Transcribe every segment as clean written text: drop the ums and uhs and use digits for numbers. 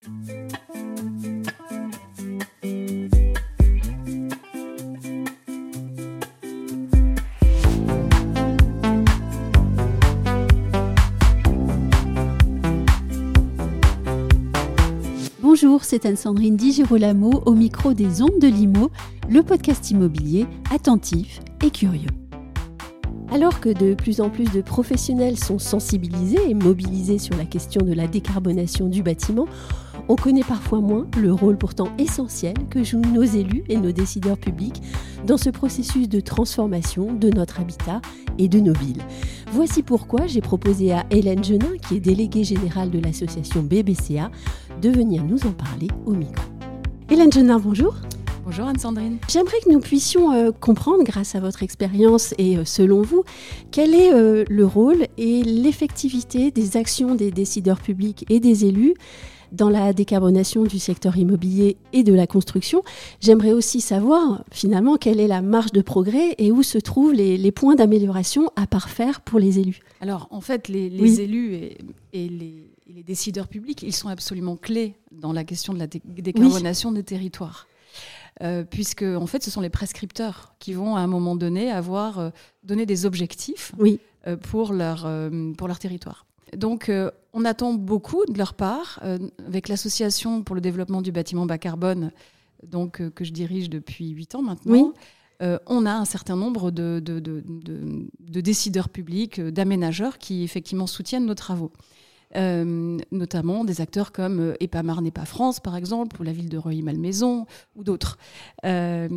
Bonjour, c'est Anne-Sandrine Di Girolamo au micro des Ondes de l'Imo, le podcast immobilier attentif et curieux. Alors que de plus en plus de professionnels sont sensibilisés et mobilisés sur la question de la décarbonation du bâtiment, on connaît parfois moins le rôle pourtant essentiel que jouent nos élus et nos décideurs publics dans ce processus de transformation de notre habitat et de nos villes. Voici pourquoi j'ai proposé à Hélène Genin, qui est déléguée générale de l'association BBCA, de venir nous en parler au micro. Hélène Genin, bonjour. Bonjour Anne-Sandrine. J'aimerais que nous puissions comprendre, grâce à votre expérience et selon vous, quel est le rôle et l'effectivité des actions des décideurs publics et des élus dans la décarbonation du secteur immobilier et de la construction. J'aimerais aussi savoir, finalement, quelle est la marge de progrès et où se trouvent les points d'amélioration à parfaire pour les élus. Alors, en fait, les élus et les décideurs publics, ils sont absolument clés dans la question de la décarbonation des territoires. Puisque, en fait, ce sont les prescripteurs qui vont, à un moment donné, avoir donné des objectifs pour leur territoire. Donc, on attend beaucoup de leur part, avec l'Association pour le développement du bâtiment bas carbone, donc, que je dirige depuis 8 ans maintenant. On a un certain nombre de décideurs publics, d'aménageurs qui, effectivement, soutiennent nos travaux. Notamment des acteurs comme EPA-Marne-EPA France, par exemple, ou la ville de Reuilly-Malmaison, ou d'autres. Et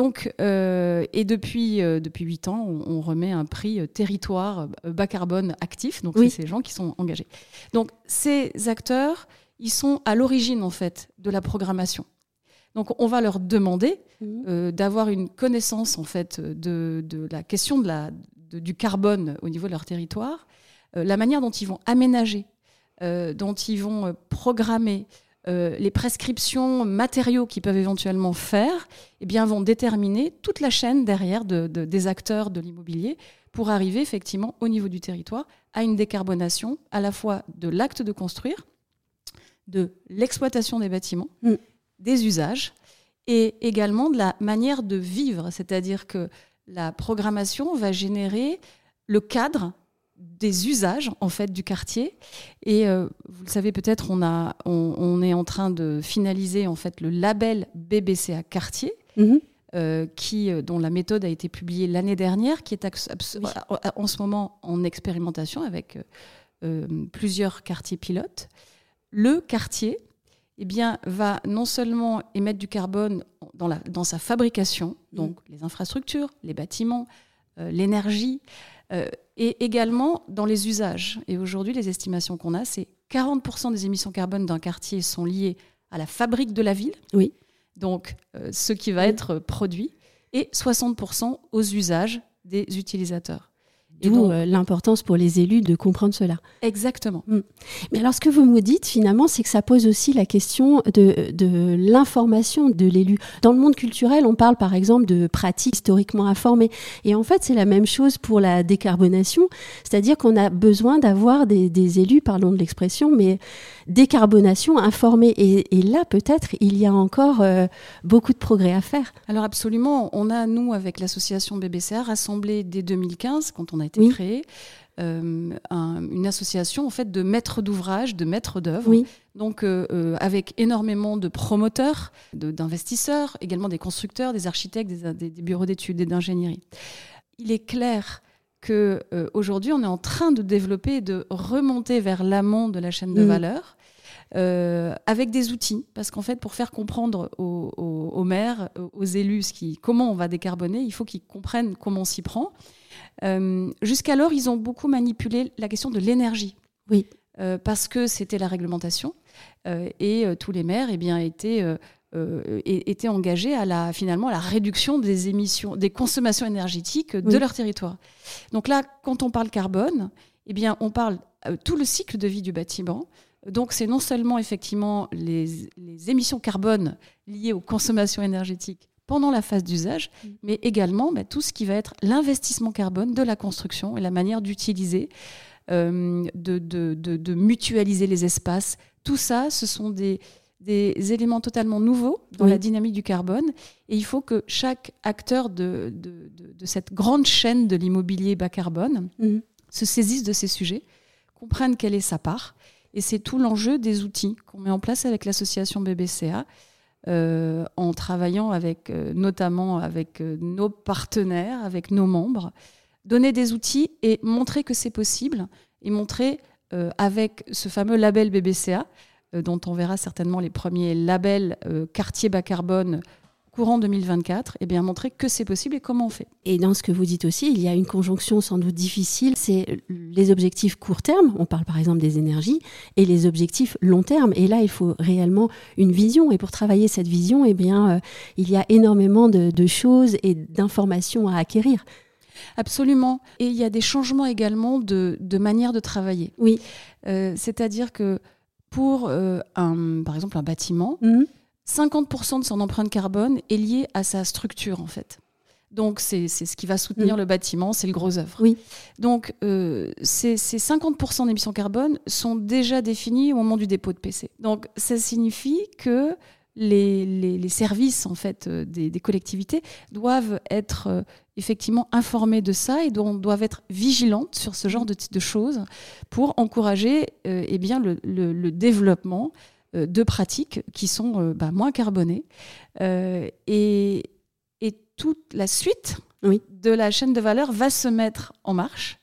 depuis 8 ans, on remet un prix territoire bas carbone actif, donc c'est ces gens qui sont engagés. Donc ces acteurs, ils sont à l'origine, en fait, de la programmation. Donc on va leur demander d'avoir une connaissance, en fait, de la question du carbone au niveau de leur territoire, la manière dont ils vont aménager, dont ils vont programmer, les prescriptions matériaux qu'ils peuvent éventuellement faire, eh bien, vont déterminer toute la chaîne derrière des acteurs de l'immobilier pour arriver effectivement au niveau du territoire à une décarbonation à la fois de l'acte de construire, de l'exploitation des bâtiments, des usages et également de la manière de vivre. C'est-à-dire que la programmation va générer le cadre des usages, en fait, du quartier. Et vous le savez peut-être, on est en train de finaliser, en fait, le label BBCA Quartier, dont la méthode a été publiée l'année dernière, qui est en ce moment en expérimentation avec plusieurs quartiers pilotes. Le quartier va non seulement émettre du carbone dans sa fabrication, donc les infrastructures, les bâtiments, l'énergie, et également dans les usages. Et aujourd'hui, les estimations qu'on a, c'est 40% des émissions carbone d'un quartier sont liées à la fabrique de la ville, donc ce qui va être produit, et 60% aux usages des utilisateurs. D'où l'importance pour les élus de comprendre cela. Exactement. Mais alors, ce que vous me dites, finalement, c'est que ça pose aussi la question de l'information de l'élu. Dans le monde culturel, on parle par exemple de pratiques historiquement informées. Et en fait, c'est la même chose pour la décarbonation. C'est-à-dire qu'on a besoin d'avoir des élus, parlons de l'expression, mais décarbonation informée. Et là, peut-être, il y a encore beaucoup de progrès à faire. Alors absolument. On a, nous, avec l'association BBCA, rassemblé dès 2015, quand on a été créé, une association, en fait, de maîtres d'ouvrage, de maîtres d'œuvre, donc avec énormément de promoteurs, d'investisseurs, également des constructeurs, des architectes, des bureaux d'études et d'ingénierie. Il est clair qu'aujourd'hui, on est en train de développer et de remonter vers l'amont de la chaîne de valeur, avec des outils, parce qu'en fait, pour faire comprendre aux maires, aux élus, comment on va décarboner, il faut qu'ils comprennent comment on s'y prend. Jusqu'alors, ils ont beaucoup manipulé la question de l'énergie, parce que c'était la réglementation, et tous les maires étaient engagés à la réduction des émissions, des consommations énergétiques de leur territoire. Donc là, quand on parle carbone, on parle tout le cycle de vie du bâtiment. Donc, c'est non seulement effectivement les émissions carbone liées aux consommations énergétiques pendant la phase d'usage, mais également tout ce qui va être l'investissement carbone de la construction et la manière d'utiliser, de mutualiser les espaces. Tout ça, ce sont des des éléments totalement nouveaux dans la dynamique du carbone. Et il faut que chaque acteur de cette grande chaîne de l'immobilier bas carbone se saisisse de ces sujets, comprenne quelle est sa part. Et c'est tout l'enjeu des outils qu'on met en place avec l'association BBCA, en travaillant notamment avec nos partenaires, avec nos membres, donner des outils et montrer que c'est possible, et montrer avec ce fameux label BBCA, dont on verra certainement les premiers labels quartier bas carbone courant 2024, et bien montrer que c'est possible et comment on fait. Et dans ce que vous dites aussi, il y a une conjonction sans doute difficile, c'est les objectifs court terme, on parle par exemple des énergies, et les objectifs long terme. Et là, il faut réellement une vision. Et pour travailler cette vision, eh bien, il y a énormément de choses et d'informations à acquérir. Absolument. Et il y a des changements également de manière de travailler. Oui. C'est-à-dire que pour, par exemple, un bâtiment, 50% de son empreinte carbone est liée à sa structure, en fait. Donc, c'est ce qui va soutenir le bâtiment, c'est le gros œuvre. Oui. Donc, ces 50% d'émissions carbone sont déjà définis au moment du dépôt de PC. Donc, ça signifie que les services, en fait, des collectivités doivent être effectivement informés de ça et doivent être vigilantes sur ce genre de choses pour encourager bien, le développement de pratiques qui sont moins carbonées. Et toute la suite de la chaîne de valeur va se mettre en marche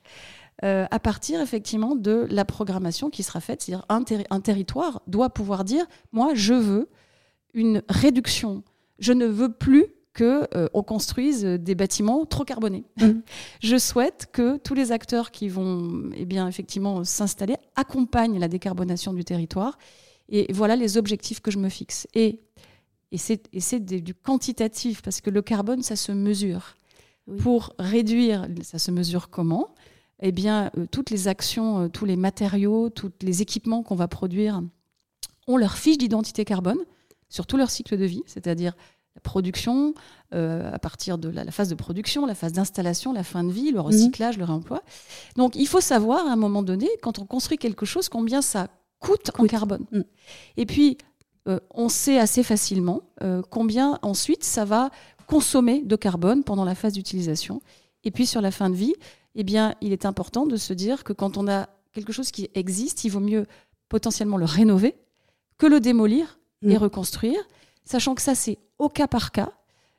à partir effectivement de la programmation qui sera faite. C'est-à-dire un territoire doit pouvoir dire « moi, je veux une réduction. Je ne veux plus qu'on construise des bâtiments trop carbonés. Je souhaite que tous les acteurs qui vont effectivement s'installer accompagnent la décarbonation du territoire. Et voilà les objectifs que je me fixe. Et c'est du quantitatif, parce que le carbone, ça se mesure. Oui. Pour réduire, ça se mesure comment ? Eh bien, toutes les actions, tous les matériaux, tous les équipements qu'on va produire ont leur fiche d'identité carbone sur tout leur cycle de vie, c'est-à-dire la production, à partir de la phase de production, la phase d'installation, la fin de vie, le recyclage, le réemploi. Donc, il faut savoir, à un moment donné, quand on construit quelque chose, combien ça coûte en carbone. Et puis, on sait assez facilement combien, ensuite, ça va consommer de carbone pendant la phase d'utilisation. Et puis, sur la fin de vie, eh bien, il est important de se dire que quand on a quelque chose qui existe, il vaut mieux potentiellement le rénover que le démolir et reconstruire, sachant que ça, c'est au cas par cas.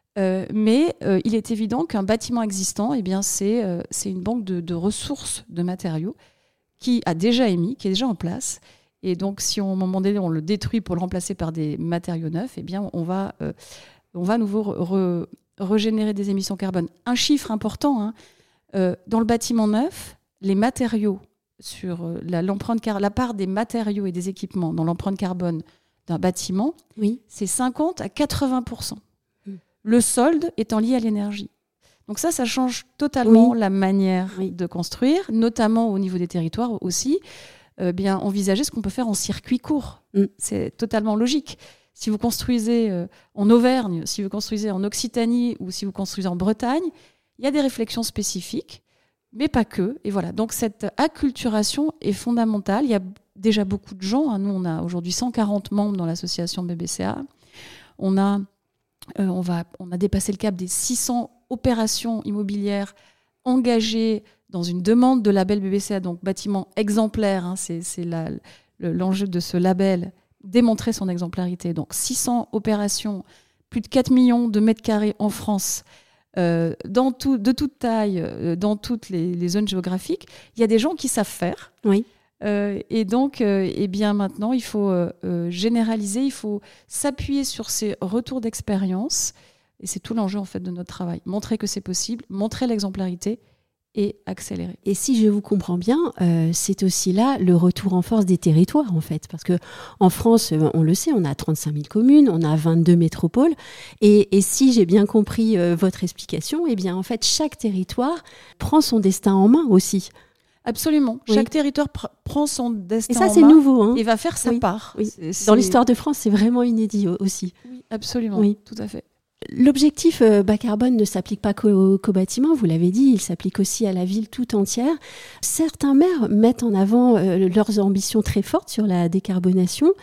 Mais il est évident qu'un bâtiment existant, eh bien, c'est une banque de ressources de matériaux qui a déjà émis, qui est déjà en place. Et donc, si à un moment donné, on le détruit pour le remplacer par des matériaux neufs, eh bien, on va à nouveau régénérer des émissions carbone. Un chiffre important, dans le bâtiment neuf, les matériaux, sur la part des matériaux et des équipements dans l'empreinte carbone d'un bâtiment, c'est 50 à 80%. Le solde étant lié à l'énergie. Donc ça change totalement la manière de construire, notamment au niveau des territoires aussi. Bien envisager ce qu'on peut faire en circuit court. C'est totalement logique. Si vous construisez en Auvergne, si vous construisez en Occitanie ou si vous construisez en Bretagne, il y a des réflexions spécifiques, mais pas que. Et voilà. Donc cette acculturation est fondamentale. Il y a déjà beaucoup de gens. Nous, on a aujourd'hui 140 membres dans l'association BBCA. On a dépassé le cap des 600 opérations immobilières engagées dans une demande de label BBCA, donc bâtiment exemplaire, c'est l'enjeu de ce label, démontrer son exemplarité. Donc 600 opérations, plus de 4 millions de mètres carrés en France, de toute taille, dans toutes les zones géographiques. Il y a des gens qui savent faire. Oui. Et donc, bien maintenant, il faut généraliser, il faut s'appuyer sur ces retours d'expérience. Et c'est tout l'enjeu en fait de notre travail. Montrer que c'est possible, montrer l'exemplarité et accélérer. Et si je vous comprends bien, c'est aussi là le retour en force des territoires, en fait. Parce qu'en France, on le sait, on a 35 000 communes, on a 22 métropoles. Et si j'ai bien compris votre explication, eh bien, en fait, chaque territoire prend son destin en main aussi. Absolument. Oui. Chaque territoire prend son destin en main. Et ça, c'est nouveau. Et va faire sa part. Oui. Dans l'histoire de France, c'est vraiment inédit aussi. Oui, absolument. Oui. Tout à fait. L'objectif bas carbone ne s'applique pas qu'au bâtiment, vous l'avez dit, il s'applique aussi à la ville tout entière. Certains maires mettent en avant leurs ambitions très fortes sur la décarbonation.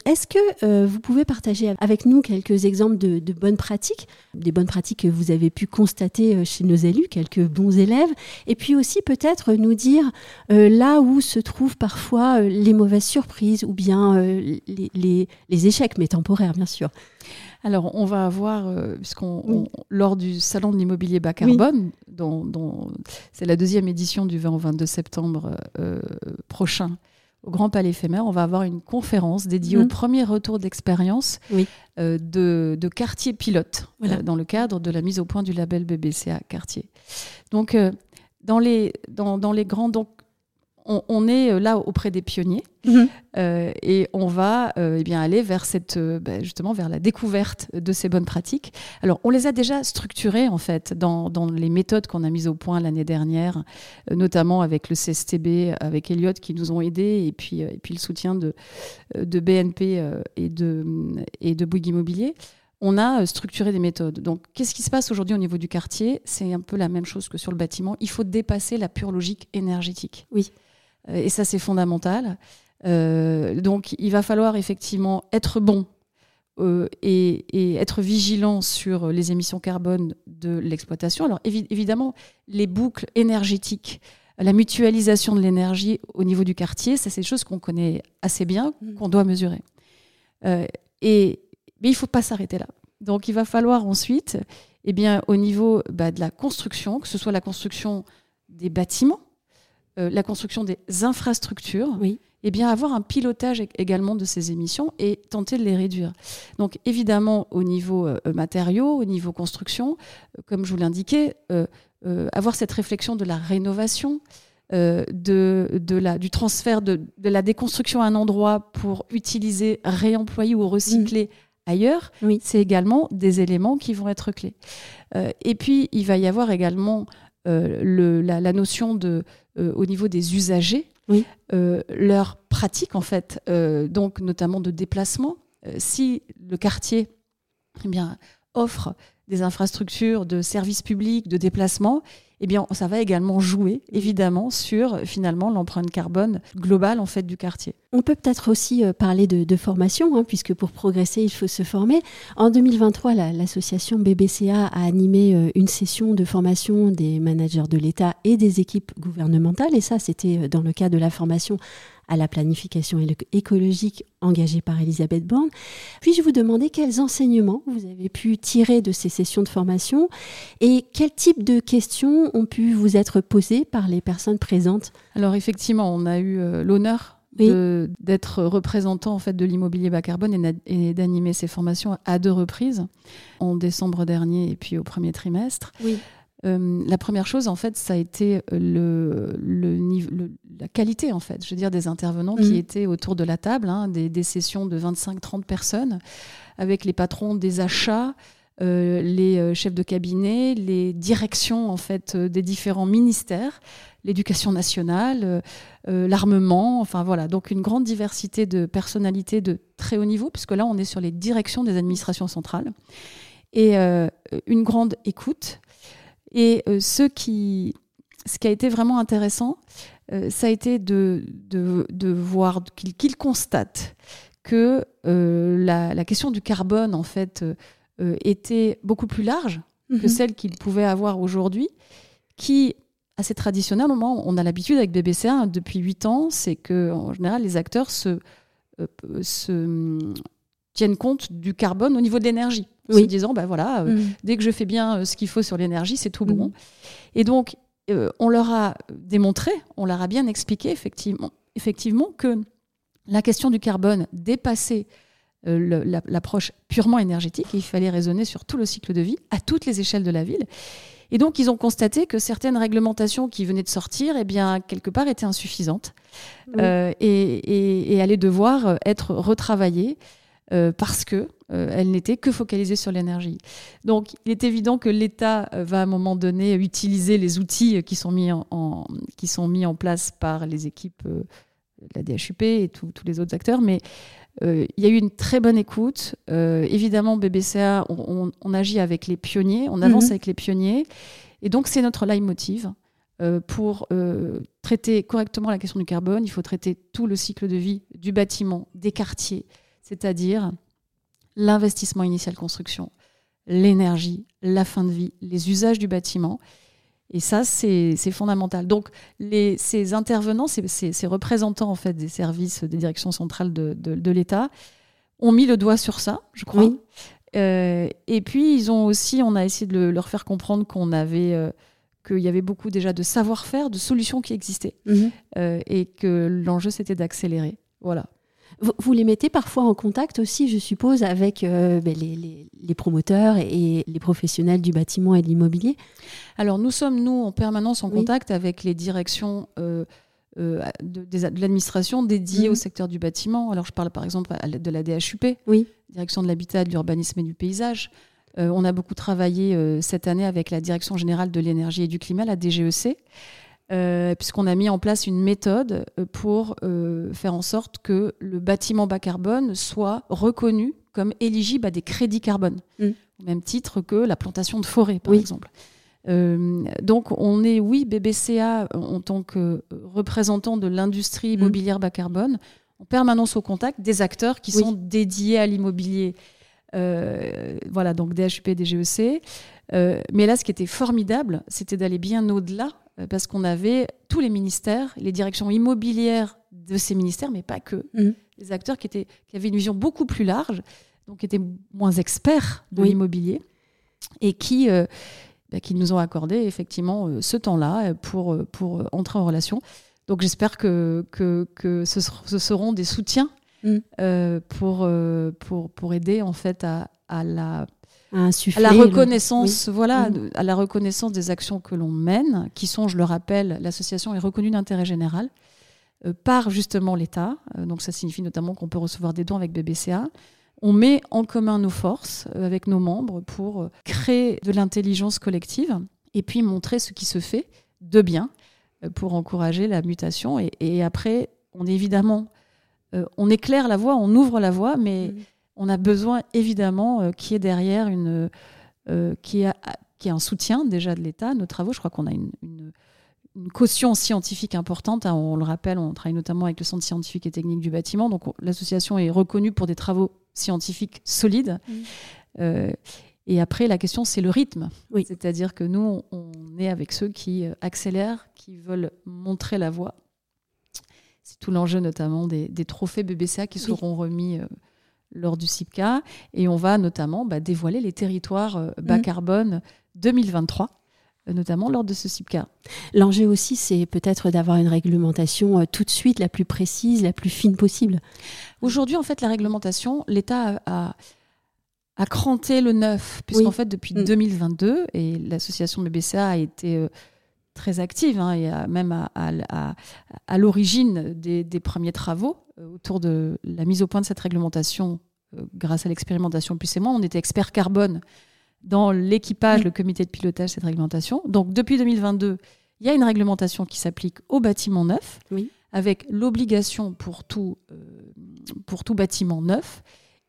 Est-ce que vous pouvez partager avec nous quelques exemples de bonnes pratiques, des bonnes pratiques que vous avez pu constater chez nos élus, quelques bons élèves, et puis aussi peut-être nous dire là où se trouvent parfois les mauvaises surprises ou bien les échecs, mais temporaires bien sûr. Alors, on va avoir, lors du Salon de l'immobilier bas carbone, dont c'est la 2e édition du 20 au 22 septembre prochain, au Grand Palais Éphémère, on va avoir une conférence dédiée au premier retour d'expérience de quartier pilote, dans le cadre de la mise au point du label BBCA Quartier. Donc, dans les grands... Donc, on est là auprès des pionniers et on va aller vers justement vers la découverte de ces bonnes pratiques. Alors, on les a déjà structurées en fait dans les méthodes qu'on a mises au point l'année dernière, notamment avec le CSTB, avec Elliott qui nous ont aidés et puis le soutien de BNP et de Bouygues Immobilier. On a structuré des méthodes. Donc, qu'est-ce qui se passe aujourd'hui au niveau du quartier ? C'est un peu la même chose que sur le bâtiment. Il faut dépasser la pure logique énergétique. Oui. Et ça, c'est fondamental. Donc, il va falloir effectivement être bon et être vigilant sur les émissions carbone de l'exploitation. Alors, évidemment, les boucles énergétiques, la mutualisation de l'énergie au niveau du quartier, ça, c'est des choses qu'on connaît assez bien, qu'on doit mesurer. Mais il ne faut pas s'arrêter là. Donc, il va falloir ensuite, au niveau de la construction, que ce soit la construction des bâtiments, la construction des infrastructures, avoir un pilotage également de ces émissions et tenter de les réduire. Donc évidemment au niveau matériaux, au niveau construction, comme je vous l'indiquais, avoir cette réflexion de la rénovation, du transfert de la déconstruction à un endroit pour utiliser, réemployer ou recycler ailleurs, c'est également des éléments qui vont être clés. Et puis il va y avoir également la notion au niveau des usagers, leur pratique en fait, donc notamment de déplacement. Si le quartier offre des infrastructures de services publics, de déplacement, ça va également jouer évidemment sur finalement l'empreinte carbone globale en fait du quartier. On peut peut-être aussi parler de formation, puisque pour progresser, il faut se former. En 2023, l'association BBCA a animé une session de formation des managers de l'État et des équipes gouvernementales. Et ça, c'était dans le cadre de la formation à la planification écologique engagée par Elisabeth Borne. Puis-je vous demander quels enseignements vous avez pu tirer de ces sessions de formation et quel type de questions ont pu vous être posées par les personnes présentes ? Alors effectivement, on a eu l'honneur d'être représentant en fait, de l'immobilier bas carbone et d'animer ces formations à 2 reprises, en décembre dernier et puis au premier trimestre. La première chose, en fait, ça a été la qualité, en fait, je veux dire, des intervenants qui étaient autour de la table, des sessions de 25-30 personnes, avec les patrons des achats, les chefs de cabinet, les directions, en fait, des différents ministères, l'éducation nationale, l'armement, enfin voilà, donc une grande diversité de personnalités de très haut niveau, puisque là, on est sur les directions des administrations centrales, et une grande écoute. Et ce qui a été vraiment intéressant, ça a été de voir qu'ils constatent que la question du carbone, en fait, était beaucoup plus large que celle qu'ils pouvaient avoir aujourd'hui, qui, assez traditionnellement, on a l'habitude avec BBCA depuis 8 ans, c'est qu'en général, les acteurs se tiennent compte du carbone au niveau de l'énergie. Se disant, dès que je fais bien ce qu'il faut sur l'énergie, c'est tout bon. Et donc, on leur a démontré, on leur a bien expliqué effectivement que la question du carbone dépassait l'approche purement énergétique et il fallait raisonner sur tout le cycle de vie, à toutes les échelles de la ville. Et donc, ils ont constaté que certaines réglementations qui venaient de sortir, quelque part, étaient insuffisantes et allaient devoir être retravaillées parce que elle n'était que focalisée sur l'énergie. Donc, il est évident que l'État va à un moment donné utiliser les outils qui sont mis en place par les équipes, la DHUP et tous les autres acteurs, mais il y a eu une très bonne écoute. Évidemment, BBCA, on agit avec les pionniers, on avance avec les pionniers, et donc c'est notre leitmotiv. Pour traiter correctement la question du carbone, il faut traiter tout le cycle de vie du bâtiment, des quartiers, c'est-à-dire l'investissement initial construction, l'énergie, la fin de vie, les usages du bâtiment. Et ça, c'est fondamental. Donc, ces intervenants, ces représentants en fait, des services, des directions centrales de l'État, ont mis le doigt sur ça, je crois. Oui. Et puis, on a essayé de leur faire comprendre qu'il y avait beaucoup déjà de savoir-faire, de solutions qui existaient, et que l'enjeu, c'était d'accélérer. Voilà. Vous les mettez parfois en contact aussi, je suppose, avec les promoteurs et les professionnels du bâtiment et de l'immobilier. Alors, nous sommes, en permanence en contact avec les directions de l'administration dédiée au secteur du bâtiment. Alors, je parle par exemple de la DHUP, Direction de l'Habitat, de l'Urbanisme et du Paysage. On a beaucoup travaillé cette année avec la Direction Générale de l'Énergie et du Climat, la DGEC, puisqu'on a mis en place une méthode pour faire en sorte que le bâtiment bas carbone soit reconnu comme éligible à des crédits carbone, au même titre que la plantation de forêt, par exemple. Donc, on est, BBCA, en tant que représentant de l'industrie immobilière bas carbone, en permanence au contact des acteurs qui sont dédiés à l'immobilier. Voilà, donc DHUP, DGEC. Mais là, ce qui était formidable, c'était d'aller bien au-delà, parce qu'on avait tous les ministères, les directions immobilières de ces ministères, mais pas que, des acteurs qui avaient une vision beaucoup plus large, donc qui étaient moins experts de l'immobilier, et qui nous ont accordé effectivement ce temps-là pour entrer en relation. Donc j'espère que ce seront des soutiens pour aider en fait à la reconnaissance, à la reconnaissance des actions que l'on mène, qui sont, je le rappelle, l'association est reconnue d'intérêt général par justement l'État. Donc ça signifie notamment qu'on peut recevoir des dons avec BBCA. On met en commun nos forces avec nos membres pour créer de l'intelligence collective et puis montrer ce qui se fait de bien pour encourager la mutation. Et après, on éclaire la voie, on ouvre la voie, mais on a besoin évidemment qu'il y ait derrière qu'il y ait un soutien déjà de l'État à nos travaux. Je crois qu'on a une caution scientifique importante. On le rappelle, on travaille notamment avec le Centre scientifique et technique du bâtiment. Donc l'association est reconnue pour des travaux scientifiques solides. Et après, la question, c'est le rythme. C'est-à-dire que nous, on est avec ceux qui accélèrent, qui veulent montrer la voie. C'est tout l'enjeu notamment des trophées BBCA qui seront remis lors du CIPCA. Et on va notamment dévoiler les territoires bas carbone 2023, notamment lors de ce CIPCA. L'enjeu aussi, c'est peut-être d'avoir une réglementation tout de suite la plus précise, la plus fine possible. Aujourd'hui, en fait, la réglementation, l'État a cranté le neuf, puisqu'en fait, depuis 2022, et l'association BBCA a été très active, et même à l'origine des premiers travaux autour de la mise au point de cette réglementation grâce à l'expérimentation Plus et Moins. On était experts carbone dans l'équipage, le comité de pilotage de cette réglementation. Donc, depuis 2022, il y a une réglementation qui s'applique aux bâtiments neufs, avec l'obligation pour tout bâtiment neuf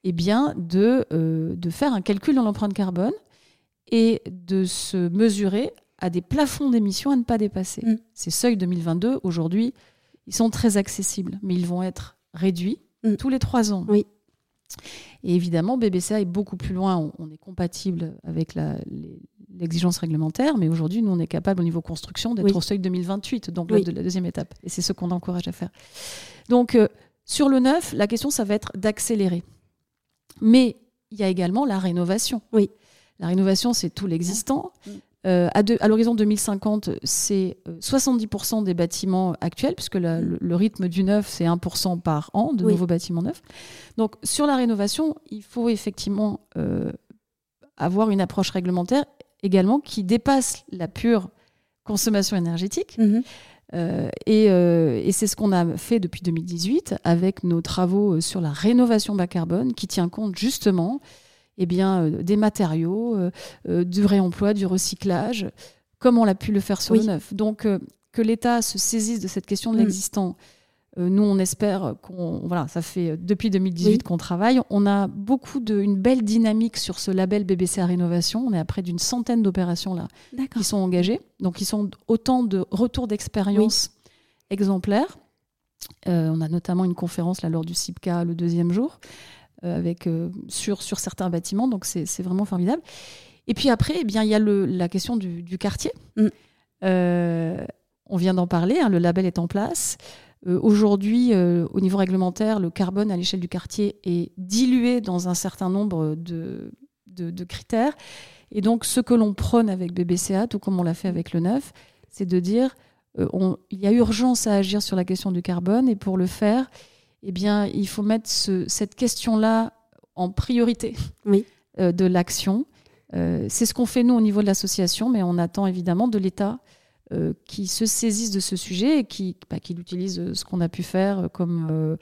de faire un calcul dans l'empreinte carbone et de se mesurer à des plafonds d'émissions à ne pas dépasser. Ces seuils 2022, aujourd'hui, ils sont très accessibles, mais ils vont être réduits tous les 3 ans. Et évidemment, BBCA est beaucoup plus loin. On est compatible avec l'exigence réglementaire, mais aujourd'hui, nous, on est capable, au niveau construction, d'être au seuil 2028, donc la deuxième étape. Et c'est ce qu'on encourage à faire. Donc, sur le neuf, la question, ça va être d'accélérer. Mais il y a également la rénovation. La rénovation, c'est tout l'existant. À l'horizon 2050, c'est 70% des bâtiments actuels, puisque le rythme du neuf, c'est 1% par an de nouveaux bâtiments neufs. Donc, sur la rénovation, il faut effectivement avoir une approche réglementaire également qui dépasse la pure consommation énergétique. Et c'est ce qu'on a fait depuis 2018 avec nos travaux sur la rénovation bas carbone, qui tient compte justement des matériaux, du réemploi, du recyclage, comme on l'a pu le faire sur le neuf. Donc, que l'État se saisisse de cette question de l'existant, nous, on espère ça fait depuis 2018 qu'on travaille. On a une belle dynamique sur ce label BBCA Rénovation. On est à près d'une centaine d'opérations là qui sont engagées. Donc, ils sont autant de retours d'expérience exemplaires. On a notamment une conférence là, lors du CIPCA le 2e jour. sur certains bâtiments. Donc, c'est vraiment formidable. Et puis après, il y a la question du quartier. On vient d'en parler, le label est en place. Aujourd'hui, au niveau réglementaire, le carbone à l'échelle du quartier est dilué dans un certain nombre de critères. Et donc, ce que l'on prône avec BBCA, tout comme on l'a fait avec le neuf, c'est de dire il y a urgence à agir sur la question du carbone. Et pour le faire, il faut mettre cette question-là en priorité de l'action. C'est ce qu'on fait, nous, au niveau de l'association, mais on attend évidemment de l'État qui se saisisse de ce sujet et qui utilise ce qu'on a pu faire comme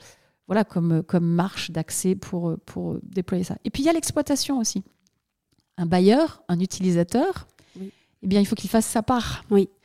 marche d'accès pour déployer ça. Et puis, il y a l'exploitation aussi. Un bailleur, un utilisateur, il faut qu'il fasse sa part.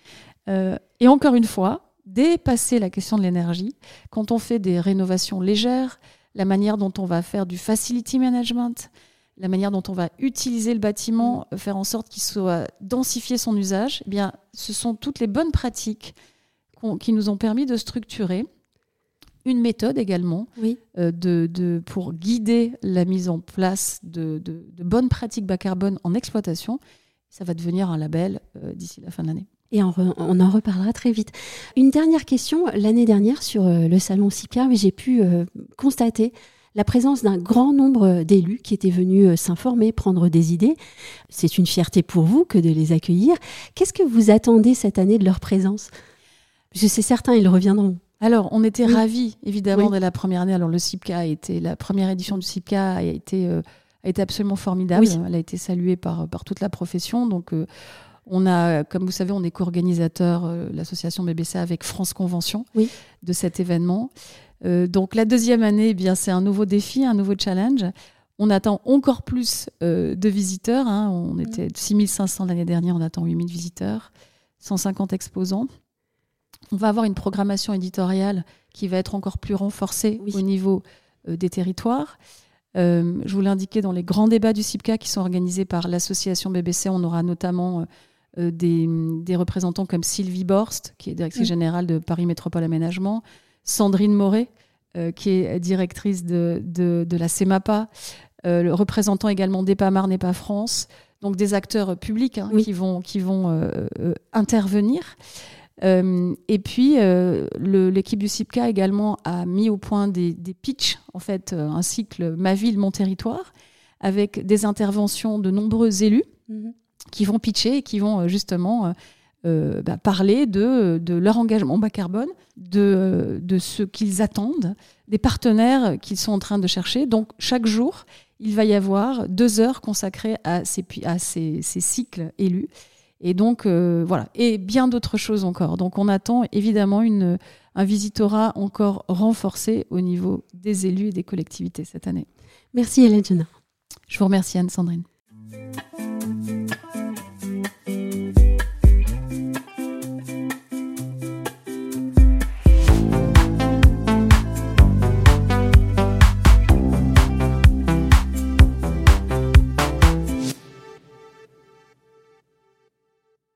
Et encore une fois, dépasser la question de l'énergie, quand on fait des rénovations légères, la manière dont on va faire du facility management, la manière dont on va utiliser le bâtiment, faire en sorte qu'il soit densifié son usage, ce sont toutes les bonnes pratiques qui nous ont permis de structurer une méthode également pour guider la mise en place de bonnes pratiques bas carbone en exploitation. Ça va devenir un label d'ici la fin de l'année. Et on en reparlera très vite. Une dernière question. L'année dernière, sur le salon CIPCA, j'ai pu constater la présence d'un grand nombre d'élus qui étaient venus s'informer, prendre des idées. C'est une fierté pour vous que de les accueillir. Qu'est-ce que vous attendez cette année de leur présence ? Parce que c'est certain, ils reviendront. Alors, on était ravis, évidemment, de la première année. Alors, la première édition du CIPCA a été absolument formidable. Elle a été saluée par toute la profession. Donc, on a, comme vous savez, on est co-organisateur, l'association BBCA, avec France Convention de cet événement. Donc la deuxième année, c'est un nouveau défi, un nouveau challenge. On attend encore plus de visiteurs. On était 6500 l'année dernière, on attend 8000 visiteurs, 150 exposants. On va avoir une programmation éditoriale qui va être encore plus renforcée au niveau des territoires. Je vous l'ai indiqué, dans les grands débats du CIPCA qui sont organisés par l'association BBC, on aura notamment des représentants comme Sylvie Borst, qui est directrice générale de Paris Métropole Aménagement, Sandrine Moret, qui est directrice de la CEMAPA, le représentant également d'EPAMAR, NEPA France, donc des acteurs publics qui vont intervenir. Et puis, l'équipe du CIPCA également a mis au point des pitchs, en fait, un cycle Ma Ville, Mon Territoire, avec des interventions de nombreux élus qui vont pitcher et qui vont justement parler de leur engagement bas carbone, de ce qu'ils attendent, des partenaires qu'ils sont en train de chercher. Donc, chaque jour, il va y avoir 2 heures consacrées à ces cycles élus. Et donc, et bien d'autres choses encore. Donc, on attend évidemment un visitorat encore renforcé au niveau des élus et des collectivités cette année. Merci Hélène Genat. Je vous remercie Anne-Sandrine.